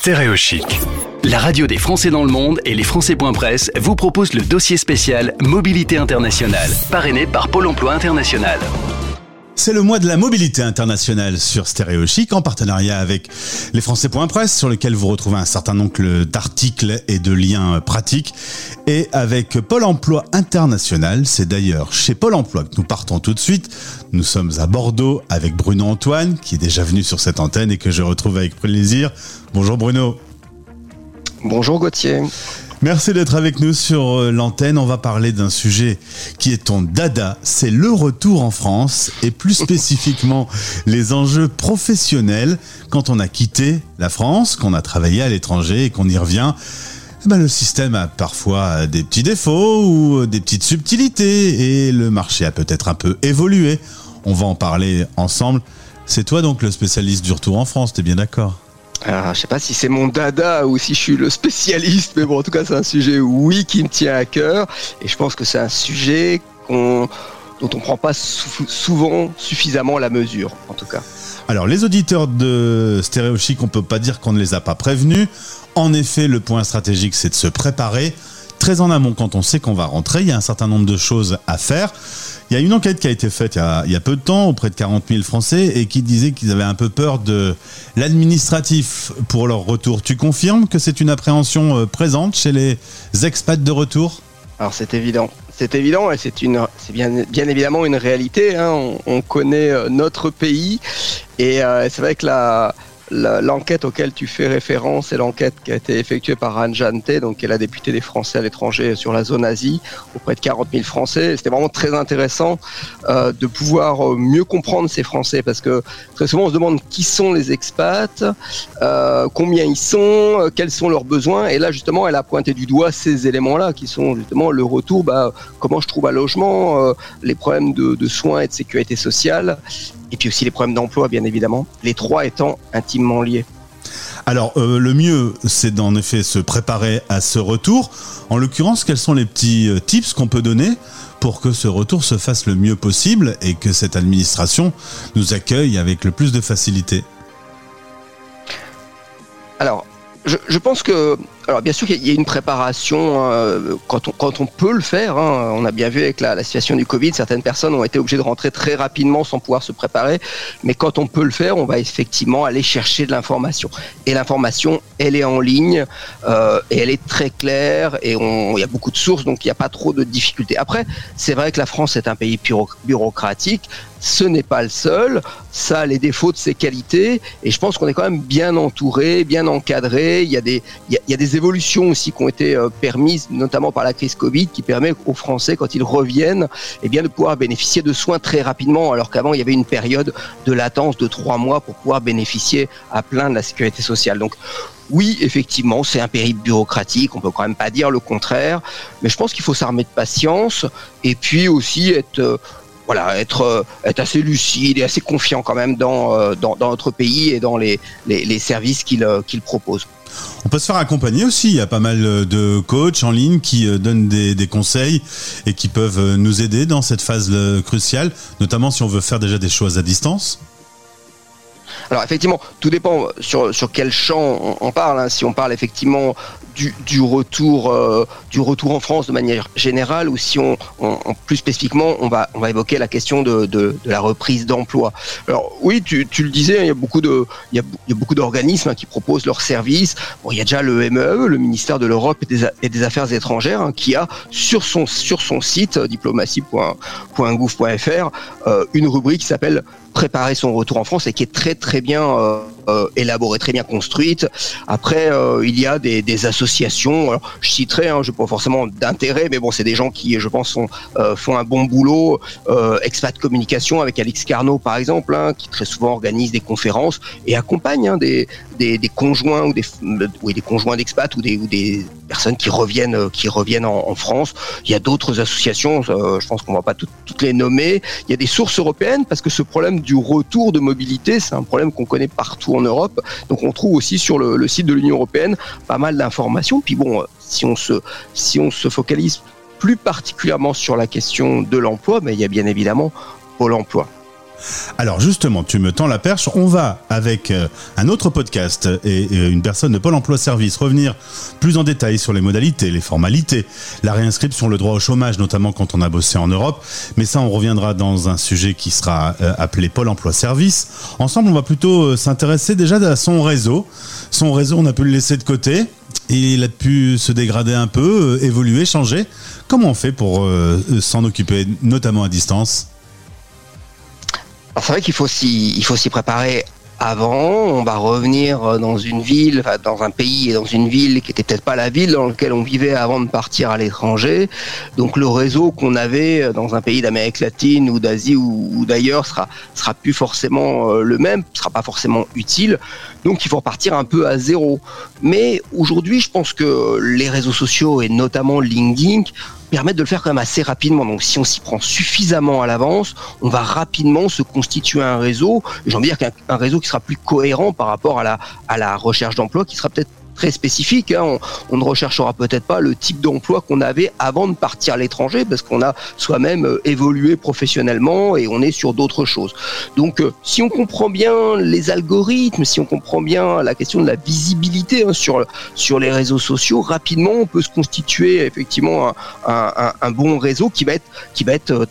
Stéréo Chic. La radio des Français dans le monde et les Français.press vous propose le dossier spécial Mobilité internationale, parrainé par Pôle emploi international. C'est le mois de la mobilité internationale sur Stéréo Chic en partenariat avec les Français.press sur lequel vous retrouvez un certain nombre d'articles et de liens pratiques et avec Pôle emploi international. C'est d'ailleurs chez Pôle emploi que nous partons tout de suite. Nous sommes à Bordeaux avec Bruno Antoine qui est déjà venu sur cette antenne et que je retrouve avec plaisir. Bonjour Bruno. Bonjour Gauthier. Merci d'être avec nous sur l'antenne. On va parler d'un sujet qui est ton dada, c'est le retour en France et plus spécifiquement les enjeux professionnels quand on a quitté la France, qu'on a travaillé à l'étranger et qu'on y revient. Le système a parfois des petits défauts ou des petites subtilités et le marché a peut-être un peu évolué. On va en parler ensemble. C'est toi donc le spécialiste du retour en France, t'es bien d'accord ? Alors, je sais pas si c'est mon dada ou si je suis le spécialiste, mais bon, en tout cas, c'est un sujet, oui, qui me tient à cœur. Et je pense que c'est un sujet dont on prend pas souvent suffisamment la mesure, en tout cas. Alors, les auditeurs de Stéréo Chic, on peut pas dire qu'on ne les a pas prévenus. En effet, le point stratégique, c'est de se préparer. Très en amont, quand on sait qu'on va rentrer, il y a un certain nombre de choses à faire. Il y a une enquête qui a été faite il y a peu de temps auprès de 40 000 Français et qui disait qu'ils avaient un peu peur de l'administratif pour leur retour. Tu confirmes que c'est une appréhension présente chez les expats de retour ? Alors c'est évident. C'est évident et c'est bien évidemment une réalité. On connaît notre pays et c'est vrai que l'enquête auquel tu fais référence est l'enquête qui a été effectuée par Anne Janté, donc qui est la députée des Français à l'étranger sur la zone Asie, auprès de 40 000 Français. C'était vraiment très intéressant de pouvoir mieux comprendre ces Français, parce que très souvent on se demande qui sont les expats, combien ils sont, quels sont leurs besoins. Et là justement, elle a pointé du doigt ces éléments-là, qui sont justement le retour, comment je trouve un logement, les problèmes de soins et de sécurité sociale. Et puis aussi les problèmes d'emploi, bien évidemment, les trois étant intimement liés. Alors, le mieux, c'est d'en effet se préparer à ce retour. En l'occurrence, quels sont les petits tips qu'on peut donner pour que ce retour se fasse le mieux possible et que cette administration nous accueille avec le plus de facilité ? Alors, je pense que, alors bien sûr qu'il y a une préparation quand on peut le faire. On a bien vu avec la situation du Covid, certaines personnes ont été obligées de rentrer très rapidement sans pouvoir se préparer. Mais quand on peut le faire, on va effectivement aller chercher de l'information. Et l'information, elle est en ligne et elle est très claire et il y a beaucoup de sources, donc il n'y a pas trop de difficultés. Après, c'est vrai que la France est un pays bureaucratique. Ce n'est pas le seul, ça a les défauts de ses qualités et je pense qu'on est quand même bien entouré, bien encadré. Il y a des évolutions aussi qui ont été permises, notamment par la crise Covid, qui permet aux Français, quand ils reviennent, de pouvoir bénéficier de soins très rapidement, alors qu'avant il y avait une période de latence de 3 mois pour pouvoir bénéficier à plein de la sécurité sociale. Donc oui, effectivement, c'est un périple bureaucratique, on peut quand même pas dire le contraire, mais je pense qu'il faut s'armer de patience et puis aussi être assez lucide et assez confiant quand même dans notre pays et dans les services qu'il propose. On peut se faire accompagner aussi, il y a pas mal de coachs en ligne qui donnent des conseils et qui peuvent nous aider dans cette phase cruciale, notamment si on veut faire déjà des choses à distance. Alors effectivement, tout dépend sur quel champ on parle. Si on parle effectivement du retour en France de manière générale, ou si on plus spécifiquement on va évoquer la question de la reprise d'emploi. Alors oui, tu le disais, il y a beaucoup d'organismes qui proposent leurs services. Bon, il y a déjà le MEE, le ministère de l'Europe et des Affaires étrangères, qui a sur son site diplomatie.gouv.fr une rubrique qui s'appelle préparer son retour en France et qui est très très bien élaborée, très bien construite. Après, il y a des associations. Alors, je citerai, je n'ai pas forcément d'intérêt, mais bon, c'est des gens qui, je pense, font un bon boulot. Expat Communication avec Alix Carnot, par exemple, qui très souvent organise des conférences et accompagne des conjoints ou des conjoints d'expats ou des personnes qui reviennent en France. Il y a d'autres associations, je pense qu'on ne va pas toutes les nommer. Il y a des sources européennes parce que ce problème du retour de mobilité, c'est un problème qu'on connaît partout en Europe. Donc on trouve aussi sur le site de l'Union européenne pas mal d'informations. Puis bon, si on se focalise plus particulièrement sur la question de l'emploi, il y a bien évidemment Pôle emploi. Alors justement, tu me tends la perche, on va avec un autre podcast et une personne de Pôle emploi Service revenir plus en détail sur les modalités, les formalités, la réinscription, le droit au chômage, notamment quand on a bossé en Europe. Mais ça, on reviendra dans un sujet qui sera appelé Pôle emploi Service. Ensemble, on va plutôt s'intéresser déjà à son réseau. Son réseau, on a pu le laisser de côté. Il a pu se dégrader un peu, évoluer, changer. Comment on fait pour s'en occuper, notamment à distance ? Alors c'est vrai qu'il faut s'y préparer avant. On va revenir dans une ville, enfin, dans un pays et dans une ville qui était peut-être pas la ville dans laquelle on vivait avant de partir à l'étranger. Donc le réseau qu'on avait dans un pays d'Amérique latine ou d'Asie ou d'ailleurs sera plus forcément le même, sera pas forcément utile. Donc il faut repartir un peu à zéro. Mais aujourd'hui, je pense que les réseaux sociaux et notamment LinkedIn permettent de le faire quand même assez rapidement. Donc si on s'y prend suffisamment à l'avance, on va rapidement se constituer un réseau. Et j'ai envie de dire qu'un réseau qui sera plus cohérent par rapport à la recherche d'emploi, qui sera peut-être très spécifique, hein. On ne recherchera peut-être pas le type d'emploi qu'on avait avant de partir à l'étranger parce qu'on a soi-même évolué professionnellement et on est sur d'autres choses. Donc si on comprend bien les algorithmes, si on comprend bien la question de la visibilité, hein, sur les réseaux sociaux, rapidement on peut se constituer effectivement un bon réseau qui va être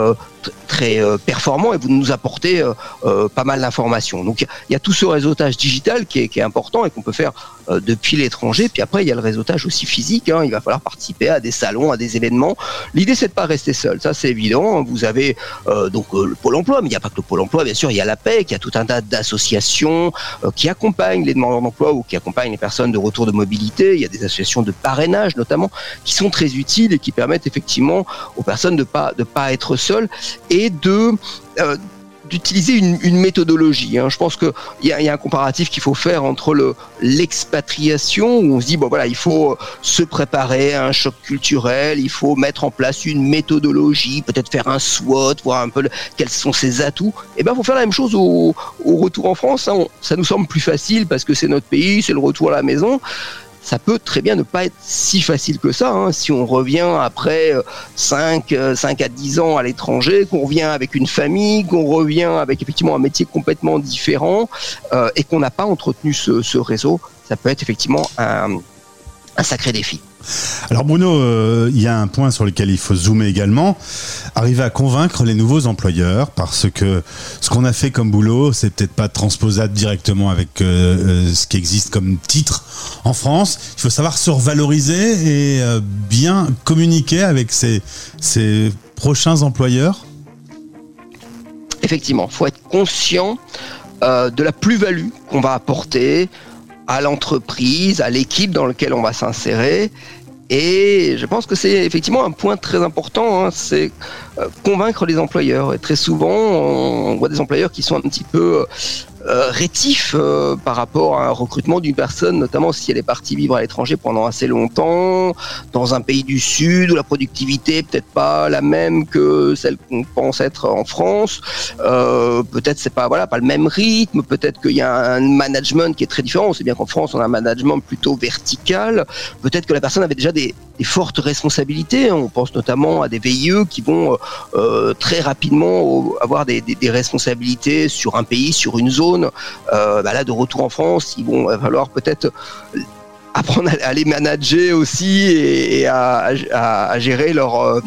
très performant et vous nous apportez pas mal d'informations. Donc il y a tout ce réseautage digital qui est important et qu'on peut faire depuis l'étranger. Puis après il y a le réseautage aussi physique, hein. Il va falloir participer à des salons, à des événements. L'idée c'est de pas rester seul, ça c'est évident. Vous avez le Pôle emploi, mais il n'y a pas que le Pôle emploi, bien sûr, il y a l'APEC, il y a tout un tas d'associations qui accompagnent les demandeurs d'emploi ou qui accompagnent les personnes de retour de mobilité. Il y a des associations de parrainage notamment qui sont très utiles et qui permettent effectivement aux personnes de pas être seules et d'utiliser une méthodologie, hein. Je pense qu'il y a un comparatif qu'il faut faire entre l'expatriation où on se dit il faut se préparer à un choc culturel, il faut mettre en place une méthodologie, peut-être faire un SWOT, voir un peu quels sont ses atouts. Et il faut faire la même chose au retour en France, hein. Ça nous semble plus facile parce que c'est notre pays, c'est le retour à la maison. Ça peut très bien ne pas être si facile que ça, hein. Si on revient après 5 à 10 ans à l'étranger, qu'on revient avec une famille, qu'on revient avec effectivement un métier complètement différent et qu'on n'a pas entretenu ce réseau, ça peut être effectivement un sacré défi. Alors Bruno, il y a un point sur lequel il faut zoomer également, arriver à convaincre les nouveaux employeurs, parce que ce qu'on a fait comme boulot, c'est peut-être pas transposable directement avec ce qui existe comme titre en France. Il faut savoir se revaloriser et bien communiquer avec ses prochains employeurs. Effectivement, il faut être conscient de la plus-value qu'on va apporter à l'entreprise, à l'équipe dans laquelle on va s'insérer. Et je pense que c'est effectivement un point très important, hein, c'est convaincre les employeurs. Et très souvent, on voit des employeurs qui sont un petit peu rétifs par rapport à un recrutement d'une personne, notamment si elle est partie vivre à l'étranger pendant assez longtemps, dans un pays du Sud où la productivité est peut-être pas la même que celle qu'on pense être en France. Peut-être c'est pas le même rythme, peut-être qu'il y a un management qui est très différent. On sait bien qu'en France on a un management plutôt vertical. Peut-être que la personne avait déjà des fortes responsabilités. On pense notamment à des VIE qui vont très rapidement avoir des responsabilités sur un pays, sur une zone. Là, de retour en France, il va falloir peut-être apprendre à les manager aussi et à gérer leur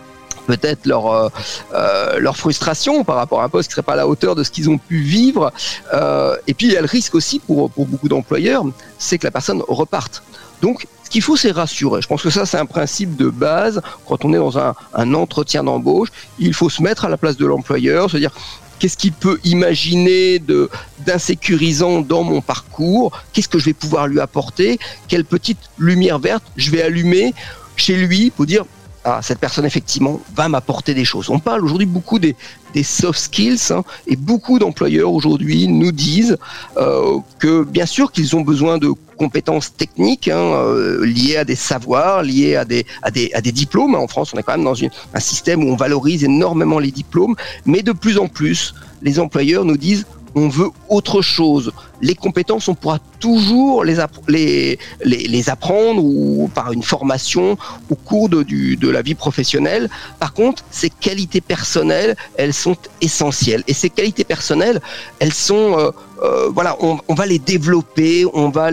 frustration par rapport à un poste qui ne serait pas à la hauteur de ce qu'ils ont pu vivre. Et puis, il y a le risque aussi pour beaucoup d'employeurs, c'est que la personne reparte. Donc, ce qu'il faut, c'est rassurer. Je pense que ça, c'est un principe de base. Quand on est dans un entretien d'embauche, il faut se mettre à la place de l'employeur, se dire qu'est-ce qu'il peut imaginer d'insécurisant dans mon parcours, qu'est-ce que je vais pouvoir lui apporter, quelle petite lumière verte je vais allumer chez lui pour dire cette personne effectivement va m'apporter des choses. On parle aujourd'hui beaucoup des soft skills, hein, et beaucoup d'employeurs aujourd'hui nous disent que bien sûr qu'ils ont besoin de compétences techniques, hein, liées à des savoirs, liées à des diplômes. En France, on est quand même dans un système où on valorise énormément les diplômes, mais de plus en plus, les employeurs nous disent on veut autre chose. Les compétences, on pourra toujours les apprendre ou par une formation au cours de la vie professionnelle. Par contre, ces qualités personnelles, elles sont essentielles. Et ces qualités personnelles, elles sont, on va les développer, on va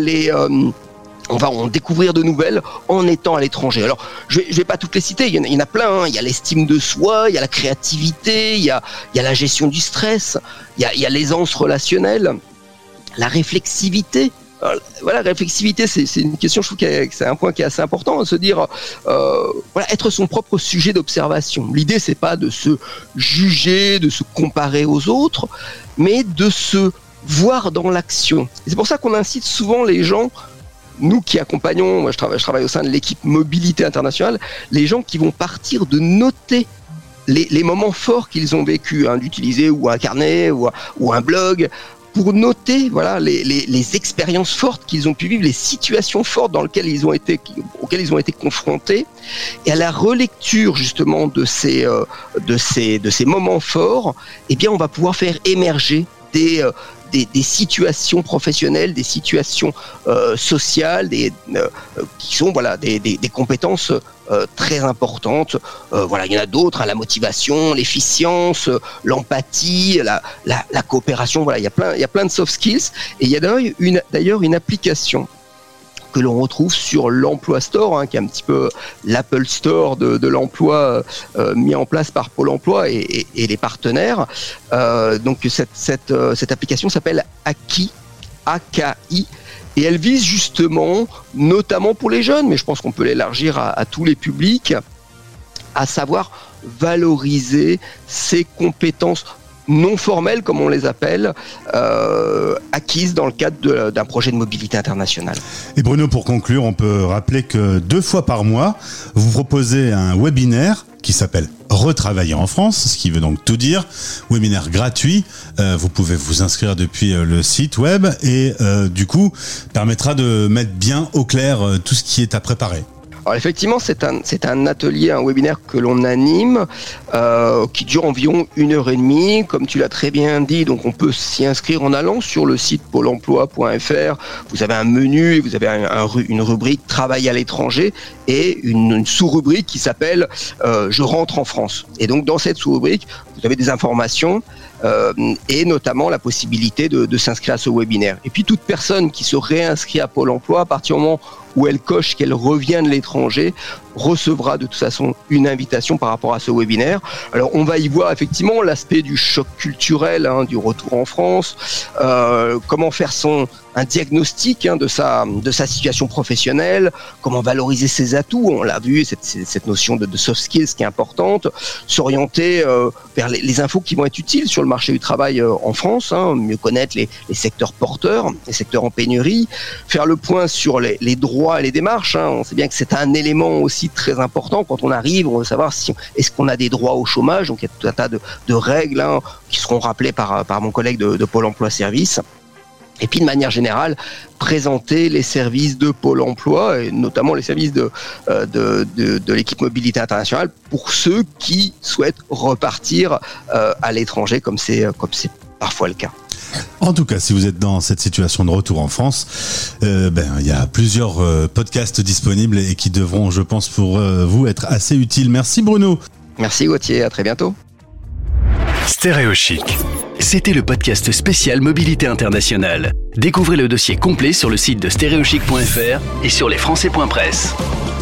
en découvrir de nouvelles en étant à l'étranger. Alors, je vais pas toutes les citer, il y en a plein, hein. Il y a l'estime de soi, il y a la créativité, il y a la gestion du stress, il y a l'aisance relationnelle, la réflexivité. Alors, voilà, réflexivité, c'est une question, je trouve que c'est un point qui est assez important, de se dire, être son propre sujet d'observation. L'idée, c'est pas de se juger, de se comparer aux autres, mais de se voir dans l'action. Et c'est pour ça qu'on incite souvent les gens, nous qui accompagnons, moi je travaille au sein de l'équipe Mobilité Internationale, les gens qui vont partir de noter les moments forts qu'ils ont vécus, hein, d'utiliser ou un carnet ou un blog, pour noter les expériences fortes qu'ils ont pu vivre, les situations fortes auxquelles ils ont été confrontés. Et à la relecture justement de ces moments forts, eh bien on va pouvoir faire émerger des situations professionnelles, des situations sociales, qui sont des compétences très importantes. Il y en a d'autres, hein, la motivation, l'efficience, l'empathie, la coopération. Voilà, il y a plein de soft skills. Et il y a d'ailleurs une application que l'on retrouve sur l'Emploi Store, hein, qui est un petit peu l'Apple Store de l'emploi mis en place par Pôle Emploi et les partenaires. Donc cette application s'appelle Aki, AKI, et elle vise justement, notamment pour les jeunes, mais je pense qu'on peut l'élargir à tous les publics, à savoir valoriser ces compétences non formelles, comme on les appelle, acquises dans le cadre d'un projet de mobilité internationale. Et Bruno, pour conclure, on peut rappeler que 2 fois par mois, vous proposez un webinaire qui s'appelle Retravailler en France, ce qui veut donc tout dire. Webinaire gratuit, vous pouvez vous inscrire depuis le site web et du coup, permettra de mettre bien au clair tout ce qui est à préparer. Alors effectivement, c'est un atelier, un webinaire que l'on anime, qui dure environ 1h30. Comme tu l'as très bien dit, donc on peut s'y inscrire en allant sur le site pôle emploi.fr. Vous avez un menu et vous avez une rubrique Travail à l'étranger et une sous-rubrique qui s'appelle Je rentre en France. Et donc dans cette sous-rubrique, vous avez des informations et notamment la possibilité de s'inscrire à ce webinaire. Et puis toute personne qui se réinscrit à Pôle emploi, à partir du moment où elle coche qu'elle revient de l'étranger, recevra de toute façon une invitation par rapport à ce webinaire. Alors on va y voir effectivement l'aspect du choc culturel, hein, du retour en France, comment faire un diagnostic, hein, de sa situation professionnelle, comment valoriser ses atouts, on l'a vu, cette notion de soft skills qui est importante, s'orienter vers les infos qui vont être utiles sur le marché du travail en France, hein, mieux connaître les secteurs porteurs, les secteurs en pénurie, faire le point sur les droits et les démarches, hein. On sait bien que c'est un élément aussi très important quand on arrive, on veut savoir est-ce qu'on a des droits au chômage, donc il y a tout un tas de règles, hein, qui seront rappelées par mon collègue de Pôle emploi Service. Et puis de manière générale, présenter les services de Pôle emploi, et notamment les services de l'équipe Mobilité Internationale, pour ceux qui souhaitent repartir à l'étranger, comme c'est parfois le cas. En tout cas, si vous êtes dans cette situation de retour en France, il y a plusieurs podcasts disponibles et qui devront, je pense, pour vous être assez utiles. Merci Bruno. Merci Gauthier, à très bientôt. Stéréochic. C'était le podcast spécial Mobilité Internationale. Découvrez le dossier complet sur le site de stéréochic.fr et sur lesfrançais.press.